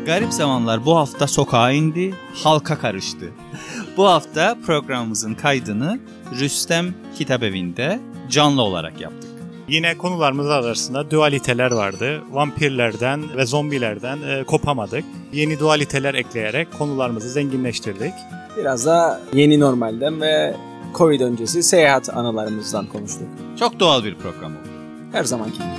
Garip Zamanlar bu hafta sokağa indi, halka karıştı. Bu hafta programımızın kaydını Rüstem Kitabevi'nde canlı olarak yaptık. Yine konularımız arasında dualiteler vardı. Vampirlerden ve zombilerden kopamadık. Yeni dualiteler ekleyerek konularımızı zenginleştirdik. Biraz da yeni normalden ve Covid öncesi seyahat anılarımızdan konuştuk. Çok doğal bir program oldu. Her zamanki gibi.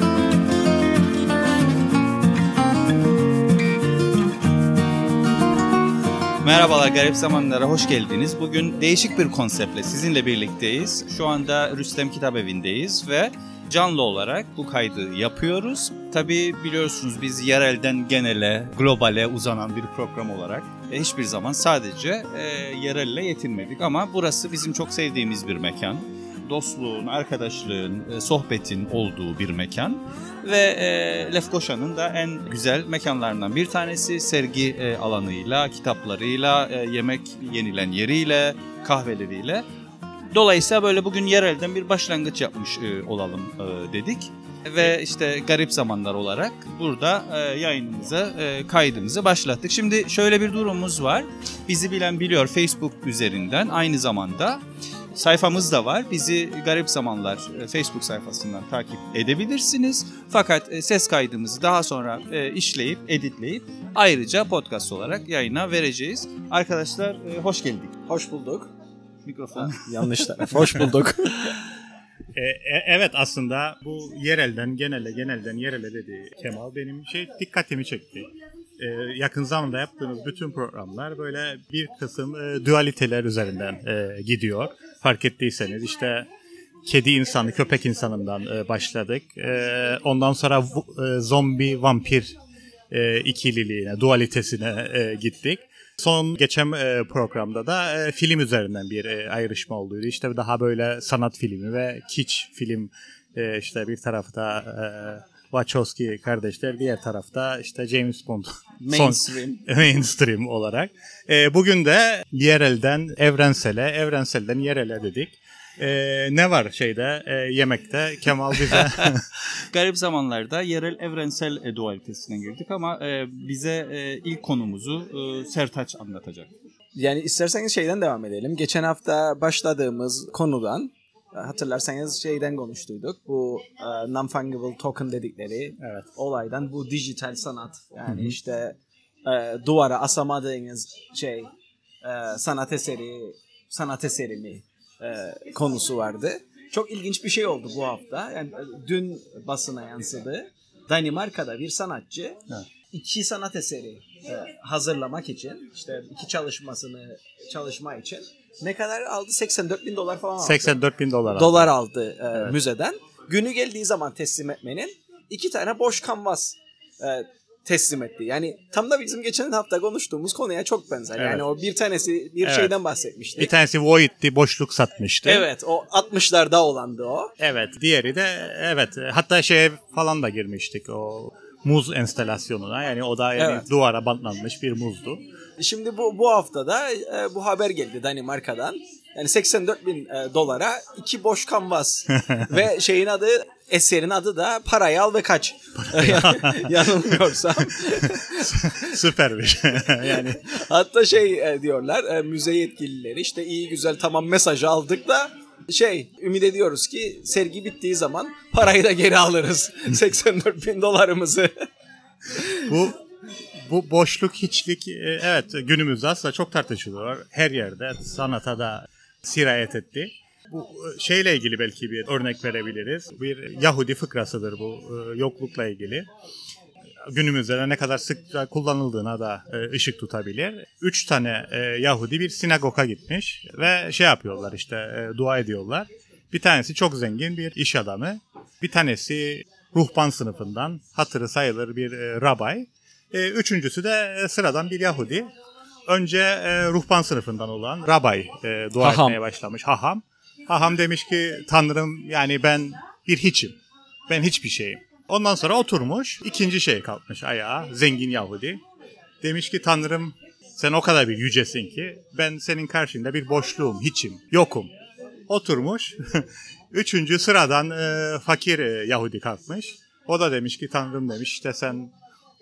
Merhabalar, Garip Zamanlar'a hoş geldiniz. Bugün değişik bir konseptle sizinle birlikteyiz. Şu anda Rüstem Kitabevi'ndeyiz ve canlı olarak bu kaydı yapıyoruz. Tabii biliyorsunuz biz yerelden genele, globale uzanan bir program olarak hiçbir zaman sadece yerelle yetinmedik. Ama burası bizim çok sevdiğimiz bir mekan. Dostluğun, arkadaşlığın, sohbetin olduğu bir mekan. Ve Lefkoşa'nın da en güzel mekanlarından bir tanesi, sergi alanıyla, kitaplarıyla, yemek yenilen yeriyle, kahveleriyle. Dolayısıyla böyle bugün yerelden bir başlangıç yapmış olalım dedik. Ve işte Garip Zamanlar olarak burada yayınımıza, kaydımızı başlattık. Şimdi şöyle bir durumumuz var. Bizi bilen biliyor, Facebook üzerinden aynı zamanda sayfamız da var. Bizi Garip Zamanlar Facebook sayfasından takip edebilirsiniz. Fakat ses kaydımızı daha sonra işleyip, editleyip ayrıca podcast olarak yayına vereceğiz. Arkadaşlar hoş geldik. Hoş bulduk. Mikrofon. Yanlış taraf. Hoş bulduk. Evet, aslında bu yerelden genele, genelden yerele dediği Kemal benim dikkatimi çekti. Yakın zamanda yaptığımız bütün programlar böyle bir kısım dualiteler üzerinden gidiyor. Fark ettiyseniz işte kedi insanı, köpek insanından başladık. Ondan sonra zombi, vampir ikililiğine, dualitesine gittik. Son geçen programda da film üzerinden bir ayrışma olduydu. İşte daha böyle sanat filmi ve kitsch film, işte bir tarafta Wachowski kardeşler, diğer tarafta işte James Bond mainstream olarak. Bugün de yerelden evrensele, evrenselden yerele dedik. Ne var yemekte Kemal bize? Garip Zamanlar'da yerel evrensel dualitesinden girdik ama bize ilk konumuzu Sertaç anlatacak. Yani isterseniz şeyden devam edelim. Geçen hafta başladığımız konudan hatırlarsanız şeyden konuştuyduk. Bu non-fungible token dedikleri olaydan, bu dijital sanat. Yani işte duvara asamadığınız sanat eseri mi konusu vardı. Çok ilginç bir şey oldu bu hafta. Yani dün basına yansıdı. Danimarka'da bir sanatçı iki sanat eseri hazırlamak için, işte iki çalışma için ne kadar aldı? $84,000 falan aldı. $84,000 aldı müzeden. Günü geldiği zaman teslim etmenin 2 tane boş kanvas teslim etti. Yani tam da bizim geçen hafta konuştuğumuz konuya çok benzer. Evet. Yani o bir tanesi şeyden bahsetmişti. Bir tanesi void'ti, boşluk satmıştı. Evet, o 60'larda olandı o. Evet, diğeri de hatta falan da girmiştik, o muz enstalasyonuna. Yani o da duvara bantlanmış bir muzdu. Şimdi bu hafta da bu haber geldi Danimarka'dan. Yani $84,000 iki boş kanvas ve eserin adı da Parayı Al ve Kaç. Yanılmıyorsam. Süpermiş. Yani hatta diyorlar müze yetkilileri, işte iyi güzel tamam mesajı aldık da ümit ediyoruz ki sergi bittiği zaman parayı da geri alırız. $84,000'ımızı. Bu boşluk, hiçlik günümüzde aslında çok tartışılıyor. Her yerde sanata da sirayet etti. Bu şeyle ilgili belki bir örnek verebiliriz. Bir Yahudi fıkrasıdır bu, yoklukla ilgili. Günümüzde de ne kadar sıkça kullanıldığına da ışık tutabilir. 3 tane Yahudi bir sinagoga gitmiş ve yapıyorlar, dua ediyorlar. Bir tanesi çok zengin bir iş adamı. Bir tanesi ruhban sınıfından, hatırı sayılır bir rabay. Üçüncüsü de sıradan bir Yahudi. Önce ruhban sınıfından olan rabay dua etmeye başlamış. Haham demiş ki, Tanrım, yani ben bir hiçim. Ben hiçbir şeyim. Ondan sonra oturmuş, ikinci kalkmış ayağa, zengin Yahudi. Demiş ki, Tanrım, sen o kadar bir yücesin ki ben senin karşında bir boşluğum, hiçim, yokum. Oturmuş. Üçüncü sıradan fakir Yahudi kalkmış. O da demiş ki, Tanrım demiş, işte sen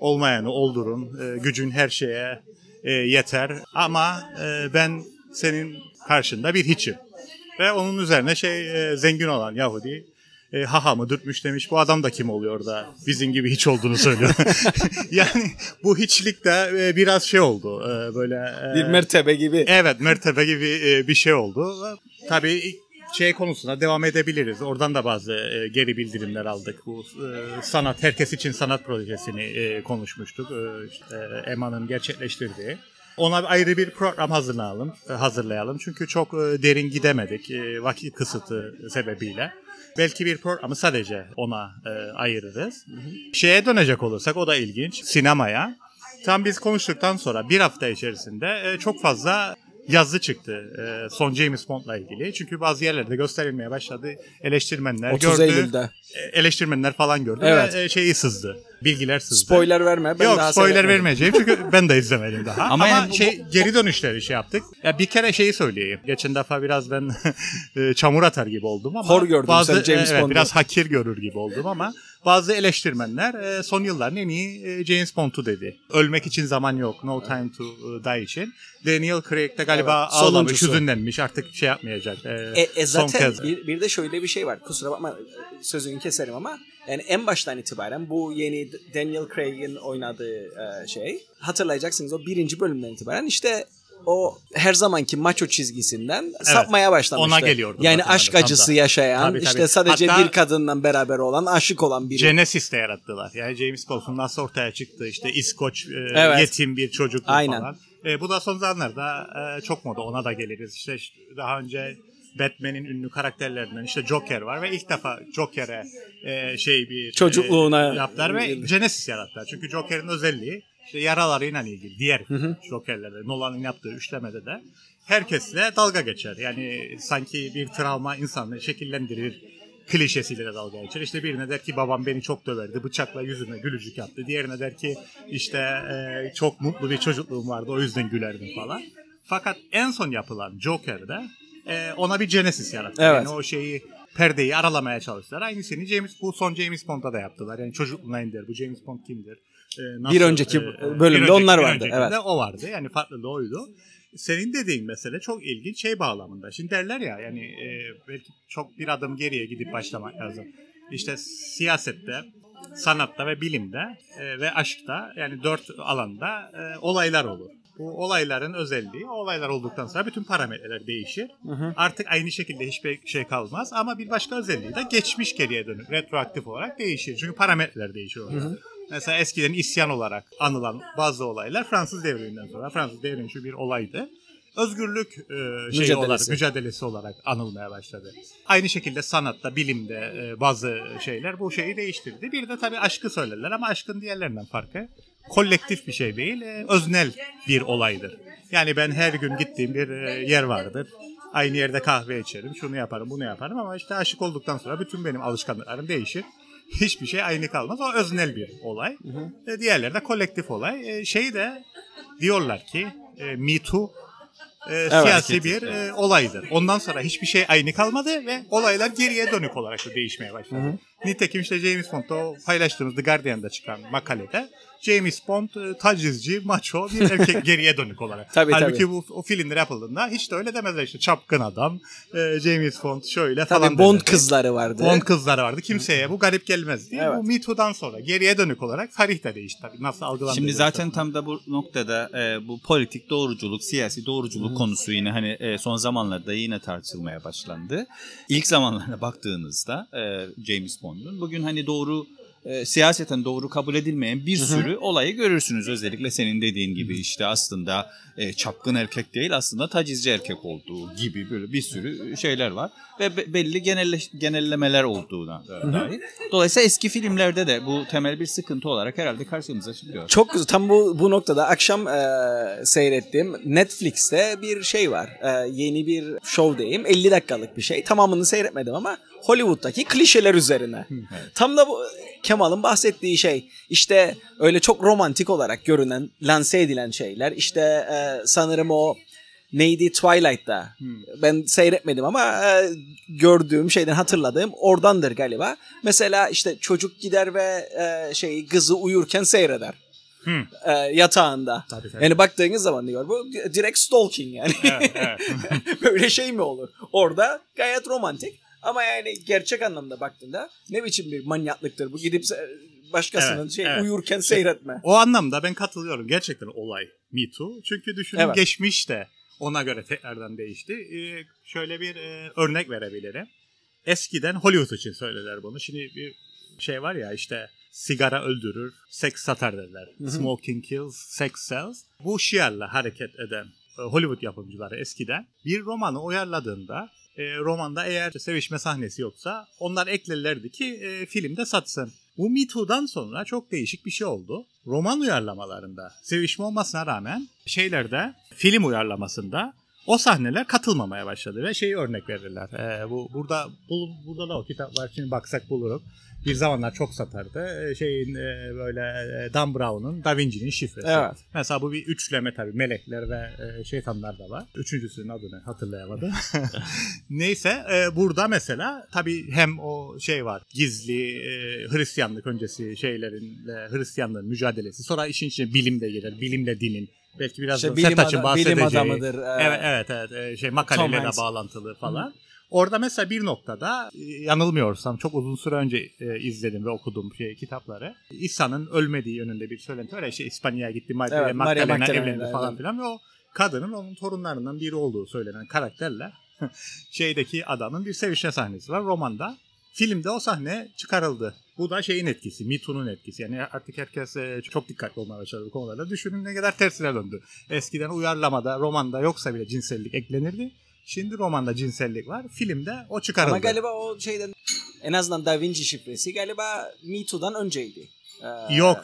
olmayanı oldurun, gücün her şeye yeter ama ben senin karşında bir hiçim. Ve onun üzerine zengin olan Yahudi hahamı dürtmüş, demiş bu adam da kim oluyor da bizim gibi hiç olduğunu söylüyor. Yani bu hiçlik de biraz oldu böyle. Bir mertebe gibi. Evet, mertebe gibi bir şey oldu. Tabii konusuna devam edebiliriz. Oradan da bazı geri bildirimler aldık. Bu sanat, herkes için sanat projesini konuşmuştuk. Emma'nın gerçekleştirdiği. Ona ayrı bir program hazırlayalım. Çünkü çok derin gidemedik vakit kısıtı sebebiyle. Belki bir programı sadece ona ayırırız. Dönecek olursak, o da ilginç. Sinemaya. Tam biz konuştuktan sonra bir hafta içerisinde çok fazla yazı çıktı son James Bond'la ilgili. Çünkü bazı yerlerde gösterilmeye başladı. Eleştirmenler 30 gördü. Eylül'de. Eleştirmenler falan gördü Evet. ve sızdı. Bilgiler sızdı. Spoiler verme. Ben Yok, daha spoiler vermeyeceğim çünkü ben de izlemedim daha. Ama yani geri dönüşleri yaptık. Ya bir kere söyleyeyim. Geçen defa biraz ben çamur atar gibi oldum ama hor gördüm sen James Bond'u. biraz hakir görür gibi oldum ama bazı eleştirmenler son yılların en iyi James Bond'u dedi. Ölmek için zaman yok. No Time to Die için. Daniel Craig de galiba ağlamış, hüzünlenmiş. Artık yapmayacak. Zaten son kez. bir de şöyle bir şey var. Kusura bakma sözünü keserim ama yani en baştan itibaren bu yeni Daniel Craig'in oynadığı hatırlayacaksınız, o birinci bölümden itibaren işte o her zamanki maço çizgisinden sapmaya başlamıştı. Ona geliyordu. Yani aşk acısı yaşayan, tabii. işte sadece Hatta bir kadından beraber olan, aşık olan biri. Genesis'te yarattılar. Yani James Bond'un nasıl ortaya çıktı, işte İskoç yetim bir çocuk falan. Bu da son zamanlarda çok moda, ona da geliriz. İşte daha önce Batman'in ünlü karakterlerinden işte Joker var ve ilk defa Joker'e bir çocukluğuna yaptılar ve Genesis yarattılar. Çünkü Joker'in özelliği işte yaralarıyla ilgili. Diğer Joker'lerde, Nolan'ın yaptığı üçlemede de herkesle dalga geçer. Yani sanki bir travma insanları şekillendirir klişesiyle de dalga geçer. İşte birine der ki babam beni çok döverdi, bıçakla yüzüme gülücük yaptı. Diğerine der ki işte çok mutlu bir çocukluğum vardı, o yüzden gülerdim falan. Fakat en son yapılan Joker'de ona bir Genesis yarattı. Evet. Yani o perdeyi aralamaya çalıştılar. Aynısını bu son James Bond'da da yaptılar. Yani çocukluğuna indir. Bu James Bond kimdir? Bir önceki bölümde onlar vardı. Evet. O vardı. Yani farklı da oydu. Senin dediğin mesele çok ilginç bağlamında. Şimdi derler ya, yani belki çok bir adım geriye gidip başlamak lazım. İşte siyasette, sanatta ve bilimde ve aşkta, yani 4 alanda olaylar olur. Bu olayların özelliği, olaylar olduktan sonra bütün parametreler değişir. Artık aynı şekilde hiçbir şey kalmaz ama bir başka özelliği de geçmiş geriye dönüp retroaktif olarak değişir. Çünkü parametreler değişiyor. Mesela eskiden isyan olarak anılan bazı olaylar Fransız devriminden sonra, Fransız devrimi şu bir olaydı, özgürlük mücadelesi olarak anılmaya başladı. Aynı şekilde sanatta, bilimde bazı şeyler bu şeyi değiştirdi. Bir de tabii aşkı söylerler ama aşkın diğerlerinden farkı kolektif bir şey değil, öznel bir olaydır. Yani ben her gün gittiğim bir yer vardır. Aynı yerde kahve içerim, şunu yaparım, bunu yaparım ama işte aşık olduktan sonra bütün benim alışkanlıklarım değişir. Hiçbir şey aynı kalmaz. O öznel bir olay. Diğerleri de kolektif olay. De diyorlar ki Me Too siyasi bir olaydır. Ondan sonra hiçbir şey aynı kalmadı ve olaylar geriye dönük olarak da değişmeye başladı. Nitekim işte James Bond'da o paylaştığımız The Guardian'da çıkan makalede James Bond tacizci, maço bir erkek geriye dönük olarak. Halbuki o filmler yapıldığında hiç de öyle demezler, işte çapkın adam, James Bond şöyle falan. Tabii Bond kızları vardı. Bond kızları vardı. Kimseye bu garip gelmezdi. Evet. Bu Me Too'dan sonra geriye dönük olarak tarih de değişti tabii. Nasıl algılandığı. Şimdi zaten tam da bu noktada bu politik doğruculuk, siyasi doğruculuk konusu yine hani son zamanlarda yine tartışılmaya başlandı. İlk zamanlarına baktığınızda James Bond'un bugün hani doğru siyaseten doğru kabul edilmeyen bir sürü olayı görürsünüz. Özellikle senin dediğin gibi işte aslında çapkın erkek değil, aslında tacizci erkek olduğu gibi böyle bir sürü şeyler var. Ve belli genellemeler olduğuna dair. Dolayısıyla eski filmlerde de bu temel bir sıkıntı olarak herhalde karşımıza çıkıyor. Çok güzel. Tam bu noktada akşam seyrettiğim Netflix'te bir şey var. Yeni bir show diyeyim. 50 dakikalık bir şey. Tamamını seyretmedim ama Hollywood'daki klişeler üzerine. Evet. Tam da bu Kemal'ın bahsettiği şey. İşte öyle çok romantik olarak görünen, lanse edilen şeyler. İşte sanırım o neydi, Twilight'ta. Ben seyretmedim ama gördüğüm şeyden hatırladığım oradandır galiba. Mesela işte çocuk gider ve kızı uyurken seyreder. yatağında. Tabii. Yani baktığınız zaman diyor bu direkt stalking yani. Evet. Böyle şey mi olur? Orada gayet romantik ama yani gerçek anlamda baktığında ne biçim bir manyaklıktır bu, gidip başkasının uyurken seyretme. O anlamda ben katılıyorum. Gerçekten olay Me Too. Çünkü düşünün geçmiş de ona göre tekrardan değişti. Şöyle bir örnek verebilirim. Eskiden Hollywood için söylerler bunu. Şimdi bir şey var ya işte sigara öldürür, seks satar derler. Smoking kills, sex sells. Bu şiarla hareket eden Hollywood yapımcıları eskiden bir romanı uyarladığında romanda eğer sevişme sahnesi yoksa onlar eklerlerdi ki filmde satsın. Bu Me Too'dan sonra çok değişik bir şey oldu. Roman uyarlamalarında sevişme olmasına rağmen film uyarlamasında o sahneler katılmamaya başladı ve örnek verirler. Burada da o kitap var, şimdi baksak buluruz. Bir zamanlar çok satardı. Dan Brown'un Da Vinci'nin şifresi. Evet. Mesela bu bir üçleme tabii. Melekler ve şeytanlar da var. Üçüncüsünün adını hatırlayamadım. Neyse burada mesela tabii hem o var. Gizli Hristiyanlık öncesi Hristiyanlığın mücadelesi. Sonra işin içine bilim de girer. Bilimle dinin. Belki biraz Sertaç'ın bahsedeceği. Bilim adamıdır. Evet. Makalelerle bağlantılı falan. Orada mesela bir noktada yanılmıyorsam çok uzun süre önce izledim ve okudum kitapları. İsa'nın ölmediği yönünde bir söylenti var. İspanya'ya gitti, Magdalena evlendi falan filan ve o kadının onun torunlarından biri olduğu söylenen karakterle şeydeki adamın bir sevişme sahnesi var romanda. Filmde o sahne çıkarıldı. Bu da etkisi, Me Too'nun etkisi. Yani artık herkes çok dikkatli olmaya başladı bu konularda. Düşünün ne kadar tersine döndü. Eskiden uyarlamada, romanda yoksa bile cinsellik eklenirdi. Şimdi romanda cinsellik var. Filmde o çıkarıldı. Ama galiba o en azından Da Vinci şifresi galiba Me Too'dan önceydi. Yok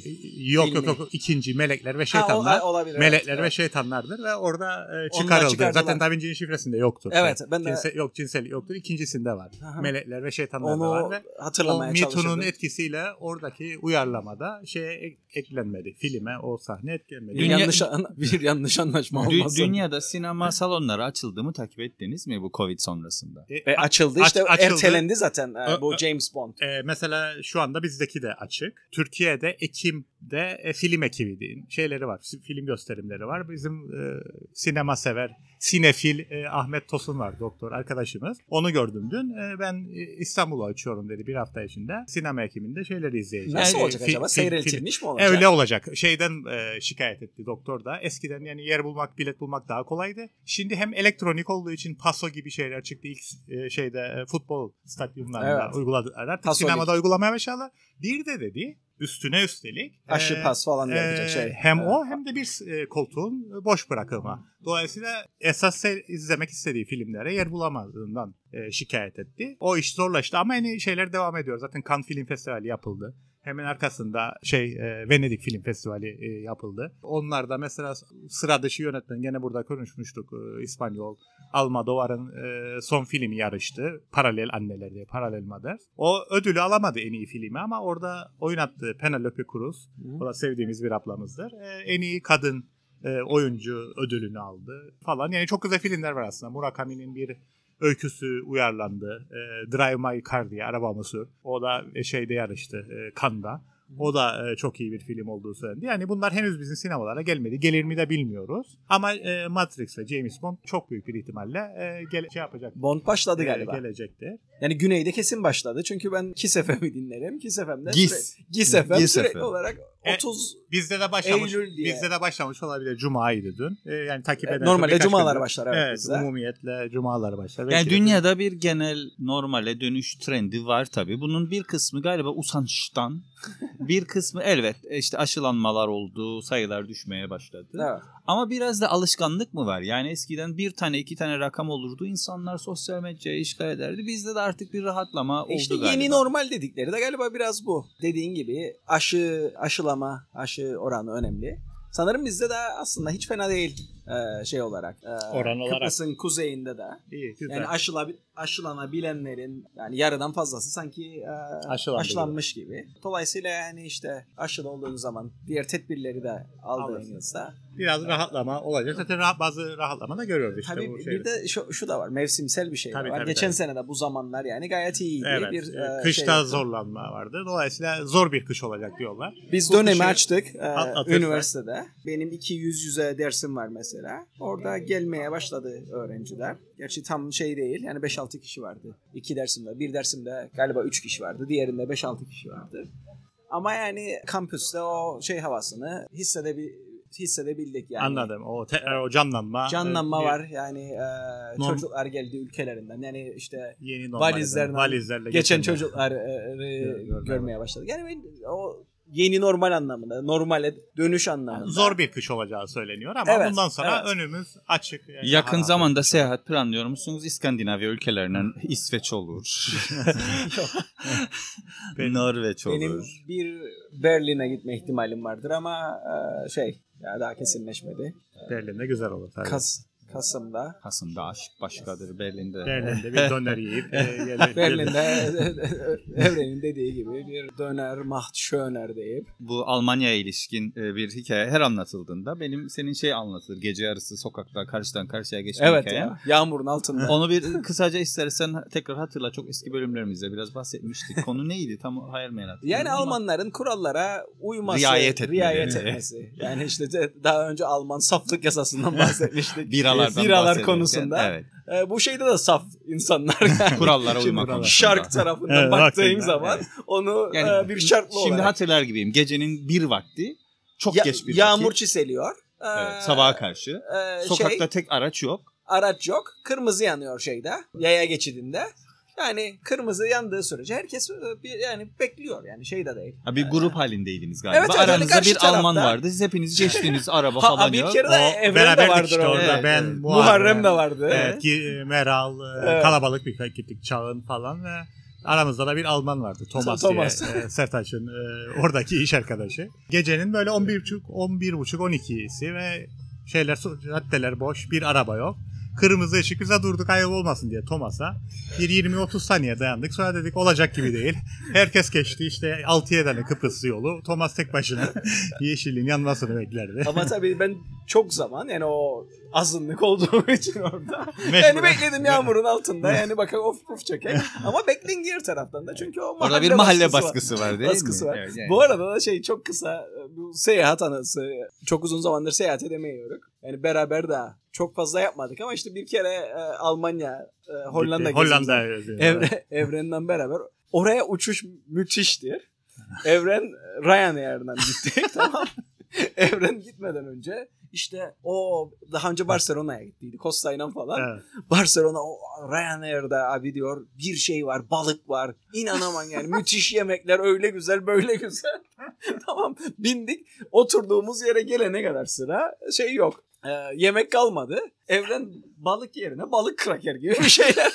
ikinci Melekler ve Şeytanlar. Olabilir, Melekler ve Şeytanlardır ve orada çıkarıldı. Zaten Da Vinci'nin şifresinde yoktur. Evet, ben de cinsellik yoktur. İkincisinde var. Aha. Melekler ve Şeytanlar da var ve hatırlamaya çalışıyorum. Me Too'nun etkisiyle oradaki uyarlamada eklenmedi. Filme o sahne eklenmedi. Bir yanlış anlaşma olmasın. Dünyada sinema salonları açıldı mı, takip ettiniz mi bu Covid sonrasında? Açıldı ertelendi zaten bu James Bond. Mesela şu anda bizdeki de açık. Türkiye'de Ekim'de film ekibi şeyleri var. Film gösterimleri var. Bizim sinema sever, sinefil Ahmet Tosun var, doktor arkadaşımız. Onu gördüm dün. Ben İstanbul'a açıyorum dedi bir hafta içinde. Sinema ekiminde şeyleri izleyeceğiz. Nasıl olacak acaba? Seyreltilmiş mi olacak? Öyle olacak. Şikayet etti doktor da. Eskiden yani yer bulmak, bilet bulmak daha kolaydı. Şimdi hem elektronik olduğu için paso gibi şeyler çıktı. İlk futbol stadyumlarında uyguladılar. Artık sinemada uygulamaya başladılar. Bir de dedi üstüne üstelik aşı pas falan yapacak hem o hem de bir koltuğun boş bırakılma. Dolayısıyla esas izlemek istediği filmlere yer bulamadığından şikayet etti. O iş zorlaştı ama şeyler devam ediyor. Zaten Cannes Film Festivali yapıldı. Hemen arkasında Venedik Film Festivali yapıldı. Onlar da mesela sıra dışı yönetmen, gene burada konuşmuştuk, İspanyol Almodovar'ın son filmi yarıştı. Paralel Anneler diye, Paralel Mothers. O ödülü alamadı en iyi filmi ama orada oynattığı Penelope Cruz, o da sevdiğimiz bir ablamızdır. En iyi kadın oyuncu ödülünü aldı falan. Yani çok güzel filmler var aslında. Murakami'nin bir öyküsü uyarlandı. Drive My Car diye, arabamı sür. O da yarıştı Cannes'da. O da çok iyi bir film olduğu söylendi. Yani bunlar henüz bizim sinemalara gelmedi. Gelir mi de bilmiyoruz. Ama Matrix ve James Bond çok büyük bir ihtimalle yapacak. Bond başladı galiba. Gelecektir. Yani Güney'de kesin başladı. Çünkü ben Kiss FM'i dinlerim. Kiss FM'de Giz sürekli olarak 30 bizde de başlamış. Eylül diye. Bizde de başlamış olabilir. Cuma'ydı dün. Yani takip eden. Normalde cumalar başlar. Evet, umumiyetle cumalar başlar. Yani belki dünyada bir genel normale dönüş trendi var tabii. Bunun bir kısmı galiba usançtan, bir kısmı aşılanmalar oldu, sayılar düşmeye başladı. Evet. Ama biraz da alışkanlık mı var? Yani eskiden bir tane iki tane rakam olurdu, insanlar sosyal medyayı işgal ederdi. Bizde de artık bir rahatlama oldu galiba. Yeni normal dedikleri de galiba biraz bu. Dediğin gibi aşı oranı önemli. Sanırım bizde de aslında hiç fena değil şey olarak. Oran olarak. Kıbrıs'ın kuzeyinde de. İyi, güzel. Yani aşılanabilenlerin yani yarıdan fazlası sanki aşılanmış gibi. Dolayısıyla yani işte aşılı olduğunuz zaman diğer tedbirleri de aldığınızda biraz rahatlama olacak. Zaten bazı rahatlama da görüyoruz işte. tabii bu bir de şu da var. Mevsimsel bir şey tabii, var. tabii, Geçen tabii. sene de bu zamanlar yani gayet iyiydi. Evet. Bir Kışta şey zorlanma vardı. Dolayısıyla zor bir kış olacak diyorlar. Biz Bu dönemi kışı açtık atlatırsak- üniversitede. Benim 2 yüz yüze dersim var mesela. Orada gelmeye başladı öğrenciler. Gerçi tam şey değil. Yani 5-6 kişi vardı. 2 dersimde. Bir dersimde galiba 3 kişi vardı. Diğerinde 5-6 kişi vardı. Ama yani kampüste o şey havasını hissedebildik yani. Anladım. O canlanma. Canlanma var. Yani Norm- çocuklar geldi ülkelerinden. Yani işte Yeni valizlerle geçen çocuklar görmeye başladık. Yani ben o yeni normal anlamında, normale dönüş anlamında. Zor bir kış olacağı söyleniyor ama Evet, bundan sonra evet. önümüz açık. Yani Yakın daha zamanda rahat. seyahat planlıyor musunuz? İskandinavya ülkelerinden İsveç olur. Norveç olur. Benim bir Berlin'e gitme ihtimalim vardır ama ya daha kesinleşmedi. Berlin'de güzel olur tabii. Kasım'da. Kasım'da aşk başkadır Berlin'de. Berlin'de bir döner yiyip Berlin'de Evren'in dediği gibi bir döner macht schöner deyip. Bu Almanya'ya ilişkin bir hikaye her anlatıldığında senin anlatılır. Gece yarısı sokakta karşıdan karşıya geçme Evet hikayen. ya, yağmurun altında. Onu bir kısaca istersen tekrar hatırla. Çok eski bölümlerimizde biraz bahsetmiştik. Konu neydi? Tam hayal meyal hatırlamıyorum Yani ama Almanların kurallara uyması, Riayet etmesi. Yani işte daha önce Alman saflık yasasından bahsetmiştik. Biralardan Biralar bahsederken, konusunda. evet. Bu şeyde de saf insanlar. Yani. Kurallara uyma konusunda. Şark tarafından Evet, baktığın hakikaten, zaman evet. onu Yani bir şartlı şimdi olarak. hatırlar gibiyim. Gecenin bir vakti çok geç bir yağmur vakit. çiseliyor. Evet, sabaha karşı. Sokakta tek araç yok. Araç yok. Kırmızı yanıyor yaya geçidinde. Yani kırmızı yandığı sürece herkes yani bekliyor yani de değil. Bir grup halindeydiniz galiba. Evet, öyle Aranızda karşı bir Alman tarafta. vardı. Siz hepiniz geçtiniz. Araba falan Bir yok. kere de Evren de beraberdik vardır işte orada. orada. Evet, Ben evet. Muharrem de vardı. Evet, Meral, kalabalık bir gittik Çağın falan ve aramızda da bir Alman vardı. Thomas diye. Sertaç'ın oradaki iş arkadaşı. Gecenin böyle 11.30-12'si ve caddeler boş, bir araba yok. Kırmızı ışık bize durduk ayıp olmasın diye Thomas'a. Bir 20-30 saniye dayandık. Sonra dedik olacak gibi değil. Herkes geçti işte 6-7 tane Kıbrıs yolu. Thomas tek başına yeşilin yanmasını beklerdi. Ama tabii ben çok zaman yani o azınlık olduğum için orada. Mecburen. Yani bekledim yağmurun altında. Yani bakın of çekek. Ama bekleyin diğer taraftan da. Çünkü o Orada bir mahalle baskısı baskısı var değil baskısı mi? var. Evet, yani. Bu arada da çok kısa bu seyahat anısı. Çok uzun zamandır seyahat edemiyoruz. Yani beraber de çok fazla yapmadık ama işte bir kere Almanya, Hollanda Evren'den beraber oraya uçuş müthiştir. Evren Ryanair'den gittik tamam. Evren gitmeden önce işte daha önce Barcelona'ya gittiydi Costa'yla falan. Evet. Barcelona Ryanair'de abi diyor bir şey var, balık var. İnanamam yani müthiş yemekler öyle güzel böyle güzel. Tamam bindik oturduğumuz yere gelene kadar sıra yok. Yemek kalmadı. Evren balık yerine balık kraker gibi bir şeyler.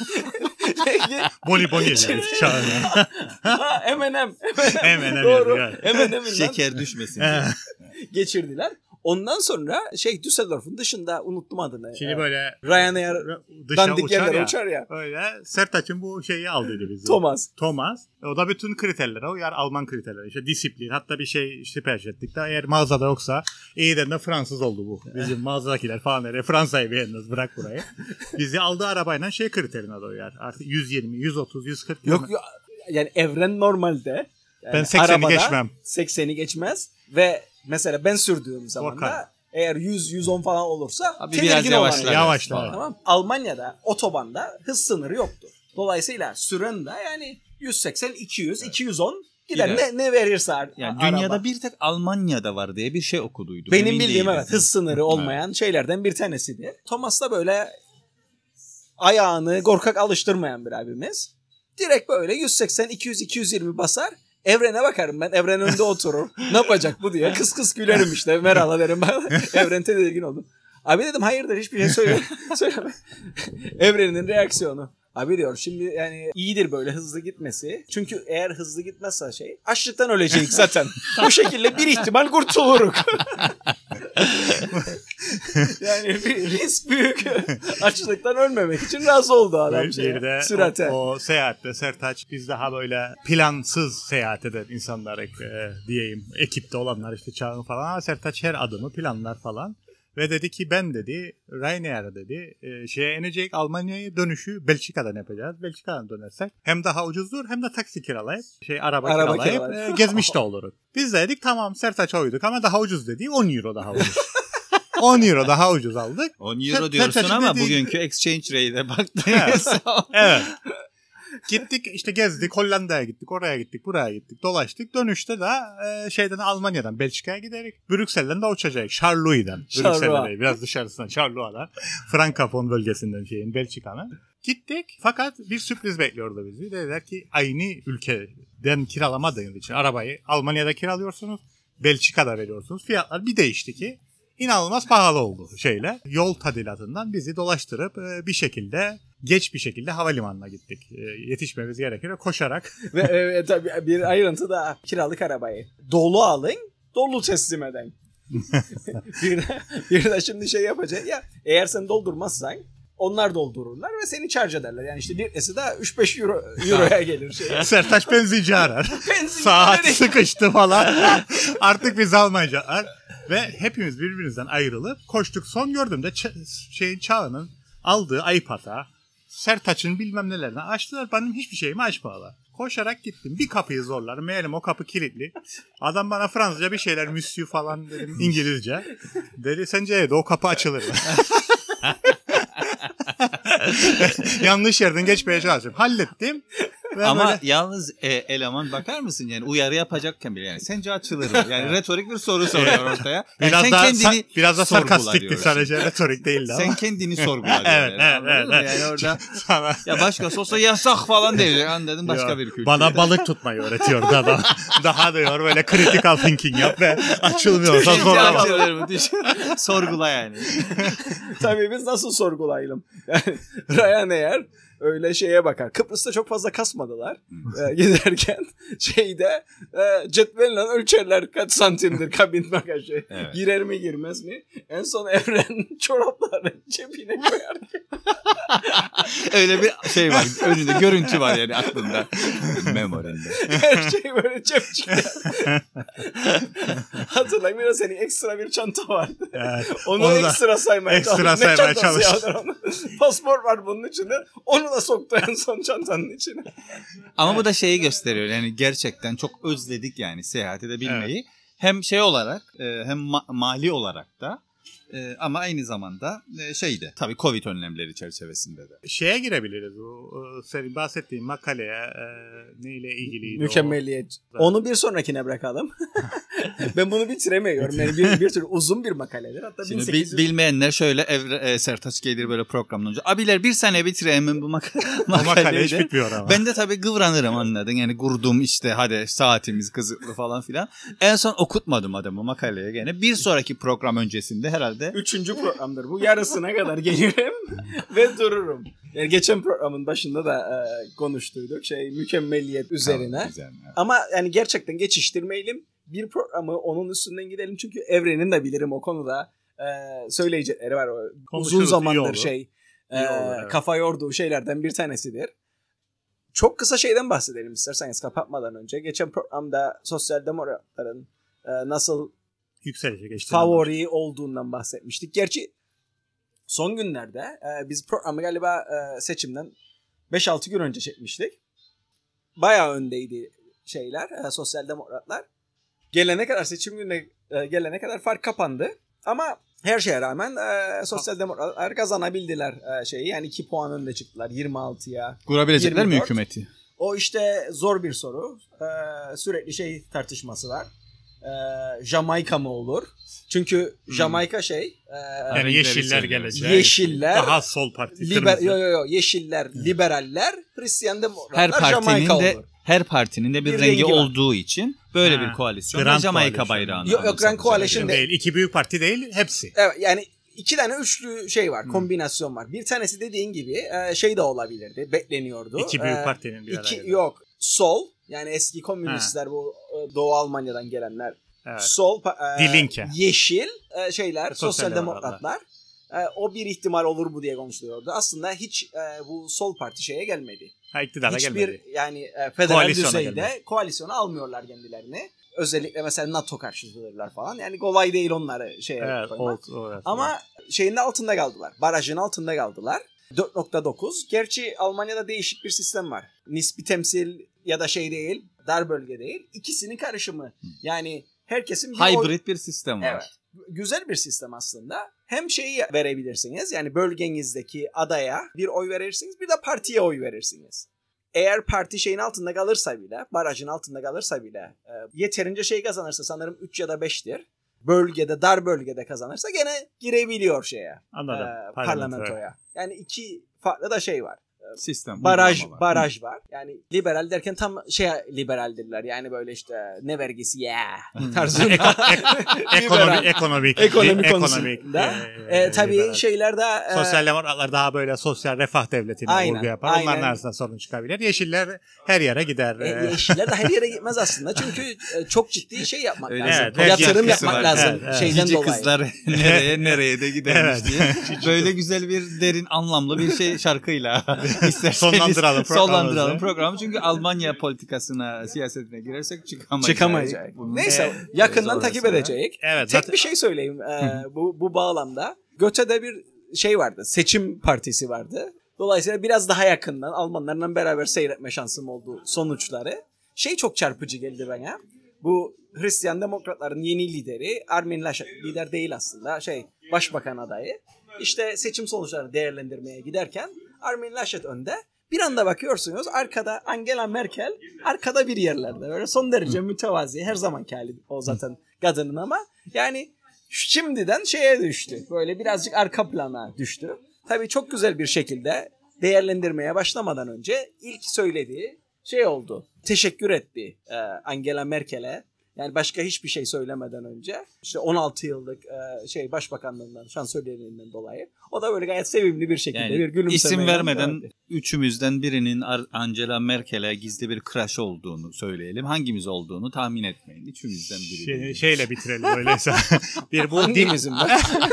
Bonibon yedik Çağın'a. M&M. M&M Doğru. yani. M&M'den Şeker düşmesin diye. geçirdiler. Ondan sonra Düsseldorf'un dışında unuttum adını. Şimdi böyle Ryanair dışa dandik uçar yerlere ya. uçar ya. Öyle Sertaç'ın bu şeyi aldıydı bizi. Thomas. O da bütün kriterlere uyar. Alman kriterlere. İşte disiplin. Hatta bir sipariş ettik de eğer mağazada yoksa iyiden de Fransız oldu bu. Bizim mağazadakiler falan Fransa'yı beğendiniz bırak burayı. Bizi aldığı arabayla kriterine de uyar. Artık 120, 130, 140. Yok yani Evren normalde. Yani ben 80'i geçmem. 80'i geçmez ve mesela ben sürdüğüm zaman da eğer 100-110 falan olursa biraz yavaşlar. Yavaşlar. Tamam. Almanya'da otobanda hız sınırı yoktu. Dolayısıyla süren de yani 180, 200, 210 gider. Ne verirse yani araba. dünyada bir tek Almanya'da var diye bir şey okuduydum. Benim Emin bildiğim değilim. evet hız sınırı olmayan şeylerden bir tanesidir. Thomas da böyle ayağını korkak alıştırmayan bir abimiz. Direkt böyle 180, 200, 220 basar. Evrene bakarım ben. Evren önünde oturur. Ne yapacak bu diye. Kıs gülerim işte. Merhaba derim ben. Evren tedirgin oldum. Abi dedim hayırdır hiçbir şey söyleme. Evrenin reaksiyonu. Abi diyor şimdi yani iyidir böyle hızlı gitmesi. Çünkü eğer hızlı gitmezse açlıktan ölecek zaten. Bu şekilde bir ihtimal kurtuluruk. Yani bir risk büyük. Açlıktan ölmemek için razı oldu adam Bir de sürate. o seyahatte Sertaç biz daha böyle plansız seyahat eden insanlar diyeyim. Ekipte olanlar işte Çağın falan ama Sertaç her adımı planlar falan. Ve dedi ki ben dedi Ryanair'a dedi şeye inecek Almanya'ya dönüşü Belçika'dan yapacağız. Belçika'dan dönersek hem daha ucuzdur hem de taksi kiralayıp araba kiralayıp gezmiş de oluruz. Biz de dedik tamam Sertaç'a uyduk ama daha ucuz dedi 10 euro daha ucuz. 10 euro daha ucuz aldık. 10 euro diyorsun ama bugünkü exchange rate'e baktığınız evet. Gittik işte gezdik Hollanda'ya gittik oraya gittik buraya gittik dolaştık dönüşte de şeyden Almanya'dan Belçika'ya giderek Brüksel'den de uçacak Charleroi Brüksel'e biraz dışarısından Charleroi Frankofon bölgesinden Belçika'nın gittik fakat bir sürpriz bekliyordu bizi dediler ki aynı ülkeden kiralamadığınız için arabayı Almanya'da kiralıyorsunuz Belçika'da veriyorsunuz fiyatlar bir değişti ki İnanılmaz pahalı oldu yol tadilatından bizi dolaştırıp geç bir şekilde havalimanına gittik. Yetişmemiz gerekir koşarak. Ve tabii bir ayrıntı da kiralık arabayı dolu alın, dolu teslim edin. bir de şimdi yapacak ya eğer sen doldurmazsan onlar doldururlar ve seni charge ederler. Yani işte bir esi de 3-5 euroya gelir. Sertaç benzinci arar. Saat sıkıştı falan. Artık biz almayacaklar. Ve hepimiz birbirimizden ayrılıp koştuk. Son gördüğümde Çağan'ın aldığı iPad'a Sertaç'ın bilmem nelerine açtılar. Benim hiçbir şeyimi açmadılar. Koşarak gittim. Bir kapıyı zorlarım. Meğerim o kapı kilitli. Adam bana Fransızca bir şeyler monsieur falan dedim İngilizce. Dedi sence evde o kapı açılır mı? Yanlış yerden geçmeye çalışıyorum. Hallettim. Ama böyle... yalnız eleman bakar mısın yani uyarı yapacakken bile yani sence açılır mı? Yani retorik bir soru soruyor ortaya. Yani biraz da sarkastikti sadece retorik değildi ama. Sen kendini sorgula diyor. Evet. Yani orada ya başkası olsa yasak falan diyecek anladın başka bir kültür. Bana balık tutmayı öğretiyordu adam. Daha diyor böyle critical thinking yap ve açılmıyorsa sorgula. Sorgula yani. Tabii biz nasıl sorgulayalım? Yani Ryanair öyle bakar. Kıbrıs'ta çok fazla kasmadılar. Giderken cetvelle ölçerler kaç santimdir kabin bagajı. Evet. Girer mi girmez mi? En son Evren çorapları cebine koyar. Öyle bir var. Önünde görüntü var yani aklında. Memorinde. Her şey böyle cep çıkıyor. Hatırlayın biraz senin ekstra bir çanta vardı. Evet, onu ekstra saymaya çalıştım. Pasport var bunun içinde. Onu da soktu en son çantanın içine. Ama bu da şeyi gösteriyor. Yani gerçekten çok özledik yani seyahat edebilmeyi. Evet. Hem olarak hem mali olarak da ama aynı zamanda tabii Covid önlemleri çerçevesinde de. Girebiliriz. Senin bahsettiğin makaleye neyle ilgiliydi? Mükemmeliyet. Onu bir sonrakine bırakalım. Ben bunu bitiremiyorum. Yani bir tür uzun bir makaledir. Hatta şimdi bilmeyenler Sertaç gelir böyle programdan önce. Abiler bir sene bitireyim bu makale hiç bitmiyor ama. Ben de tabii kıvranırım anladın. Yani kurdum hadi saatimiz kızıklı falan filan. En son okutmadım adamı makaleye gene. Bir sonraki program öncesinde herhalde. 3. programdır bu. Yarısına kadar gelirim ve dururum. Yani geçen programın başında da konuştuyduk mükemmeliyet üzerine. Tamam, güzel, evet. Ama yani gerçekten geçiştirmeyelim. Bir programı onun üstünden gidelim çünkü Evren'in de bilirim o konuda söyleyecekleri var. Uzun zamandır kafa yorduğu şeylerden bir tanesidir. Çok kısa bahsedelim isterseniz kapatmadan önce. Geçen programda sosyal demokratların nasıl favori olduğundan bahsetmiştik. Gerçi son günlerde biz programı galiba seçimden 5-6 gün önce çekmiştik. Bayağı öndeydi sosyal demokratlar. Seçim gününe gelene kadar fark kapandı. Ama her şeye rağmen sosyal demokratlar kazanabildiler yani 2 puan önde çıktılar 26'ya. Kurabilecekler 24. mi hükümeti? O zor bir soru. Sürekli tartışması var. Jamaika mı olur? Çünkü Jamaika yani Yeşiller gelecek. Yeşiller daha sol parti. Yeşiller, liberaller, Hristiyan demokratlar Jamaika olur. Her partinin de bir rengi olduğu için böyle bir koalisyon Jamaika bayrağını. Yok Grand Coalition değil. 2 büyük parti değil, hepsi. Evet yani 2 tane üçlü var, kombinasyon var. Bir tanesi dediğin gibi de olabilirdi, bekleniyordu. 2 büyük partinin bir araya. Yok, sol yani eski komünistler bu Doğu Almanya'dan gelenler Evet. Sol, Die Linke. yeşil şeyler, Sosyal sosyal demokratlar. O bir ihtimal olur bu diye konuşuluyordu. Aslında hiç bu sol parti şeye gelmedi. İktidara Hiçbir gelmedi. yani federal Koalisyona düzeyde gelmedi. koalisyona almıyorlar kendilerini. Özellikle mesela NATO karşıtırlar falan. Yani kolay değil onları şeye Evet, koymak. evet. Ama şeyin altında kaldılar. Barajın altında kaldılar. 4.9. Gerçi Almanya'da değişik bir sistem var. Nispi temsil ya da şey değil, dar bölge değil. İkisinin karışımı. Yani herkesin bir Hybrid bir sistem var. Evet. Güzel bir sistem aslında. Hem şeyi verebilirsiniz. Yani bölgenizdeki adaya bir oy verirsiniz. Bir de partiye oy verirsiniz. Eğer parti şeyin altında kalırsa bile, barajın altında kalırsa bile yeterince şey kazanırsa sanırım 3 ya da 5'tir. Bölgede, dar bölgede kazanırsa gene girebiliyor şeye. Anladım. Parlamentoya. Yani iki farklı da şey var. Sistem. Baraj uygulama var. baraj var. Yani liberal derken tam liberaldirler. Yani böyle işte ne vergisi tarzında. Ekonomi konusunda. Tabii şeyler de sosyal demokratlar daha böyle sosyal refah devletine vurgu yapar. Onların arasında sorun çıkabilir. Yeşiller her yere gider. Yeşiller de her yere gitmez aslında. Çünkü çok ciddi şey yapmak Öyle lazım. evet, Yatırım etkisi yapmak var. lazım. Evet. Şeyden Cici dolayı. kızlar nereye gidermiş Evet. diye. Böyle güzel bir derin anlamlı bir şey şarkıyla isterseniz Sonlandıralım programı. Çünkü Almanya politikasına, siyasetine girersek Çıkamayacak. Neyse yakından takip edeceğiz. Evet, Tek bir şey söyleyeyim bu bağlamda. Göte'de bir şey vardı. Seçim partisi vardı. Dolayısıyla biraz daha yakından Almanlarla beraber seyretme şansım oldu sonuçları. Şey çok çarpıcı geldi bana. Bu Hristiyan Demokratların yeni lideri Armin Laschet, lider değil aslında, başbakan adayı. İşte seçim sonuçlarını değerlendirmeye giderken Armin Laschet önde. Bir anda bakıyorsunuz arkada Angela Merkel, arkada bir yerlerde. Böyle son derece mütevazi, her zamanki hali o zaten kadının ama yani şimdiden şeye düştü. Böyle birazcık arka plana düştü. Tabii çok güzel bir şekilde değerlendirmeye başlamadan önce ilk söylediği şey oldu. Teşekkür etti Angela Merkel'e. Yani başka hiçbir şey söylemeden önce. İşte 16 yıllık başbakanlığından, şansölyelikten dolayı. O da böyle gayet sevimli bir şekilde Yani bir gülümsemeyle. İsim vermeden üçümüzden birinin Angela Merkel'e gizli bir crush olduğunu söyleyelim. Hangimiz olduğunu tahmin etmeyin. Üçümüzden biri. Şeyle bitirelim öyleyse. Bir bu Hangimizin ben?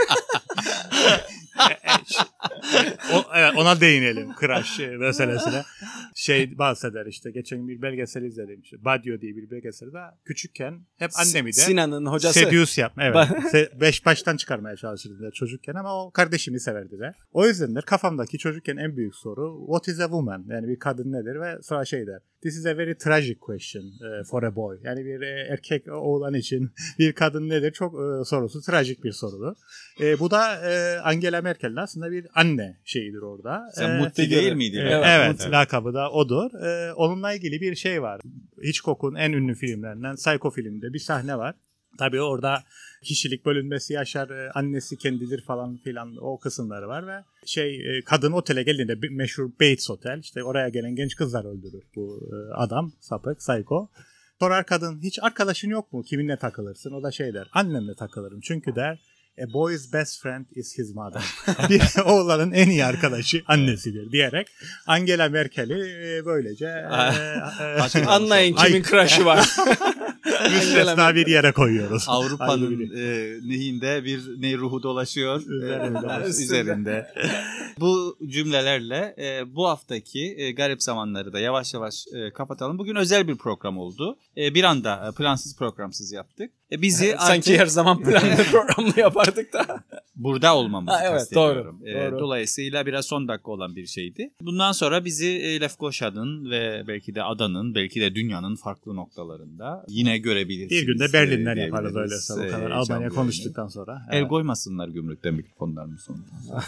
Evet, ona değinelim crush meselesine. Bahseder işte. Geçen bir belgesel izledim. İşte Badio diye bir belgeselde küçükken hep annemi de Sinan'ın hocası. seduce yapma. Evet. Beş baştan çıkarmaya çalışırdı çocukken ama o kardeşimi severdi de. O yüzden de kafamdaki çocukken en büyük soru what is a woman? Yani bir kadın nedir ve sonra der. This is a very tragic question for a boy. Yani bir erkek oğlan için bir kadın nedir? Çok sorusu trajik bir sorudu. Bu da Angela Merkel'in aslında bir anne şeyidir orada. Sen Mutti değil miydin? Evet, lakabı da odur. Onunla ilgili bir şey var. Hitchcock'un en ünlü filmlerinden Psycho filminde bir sahne var. Tabii orada kişilik bölünmesi yaşar, annesi kendidir falan filan o kısımları var ve kadın otele geldiğinde meşhur Bates Otel, işte oraya gelen genç kızlar öldürür bu adam, sapık, psycho. Sorar kadın, hiç arkadaşın yok mu? Kiminle takılırsın? O da der, annemle takılırım. Çünkü der, a boy's best friend is his mother. Bir oğlanın en iyi arkadaşı annesidir diyerek Angela Merkel'i böylece anlayın kimin crush'ı var. müstesna bir yere koyuyoruz. Avrupa'nın nehinde bir ney ruhu dolaşıyor üzerinde. Bu cümlelerle bu haftaki Garip Zamanları da yavaş yavaş kapatalım. Bugün özel bir program oldu. Bir anda plansız programsız yaptık. Bizi sanki her zaman planlı programlı yapardık da. Burada olmamızı kastediyorum. Doğru. Dolayısıyla biraz son dakika olan bir şeydi. Bundan sonra bizi Lefkoşa'nın ve belki de adanın, belki de dünyanın farklı noktalarında yine görebilirsiniz. Bir günde Berlin'den yaparız öyleyse bu kadar. Almanya konuştuktan sonra. El koymasınlar gümrükte mikrofonlarını sonunda.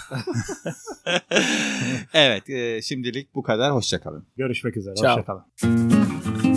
Evet, şimdilik bu kadar. Hoşça kalın. Görüşmek üzere. Ciao. Hoşça kalın.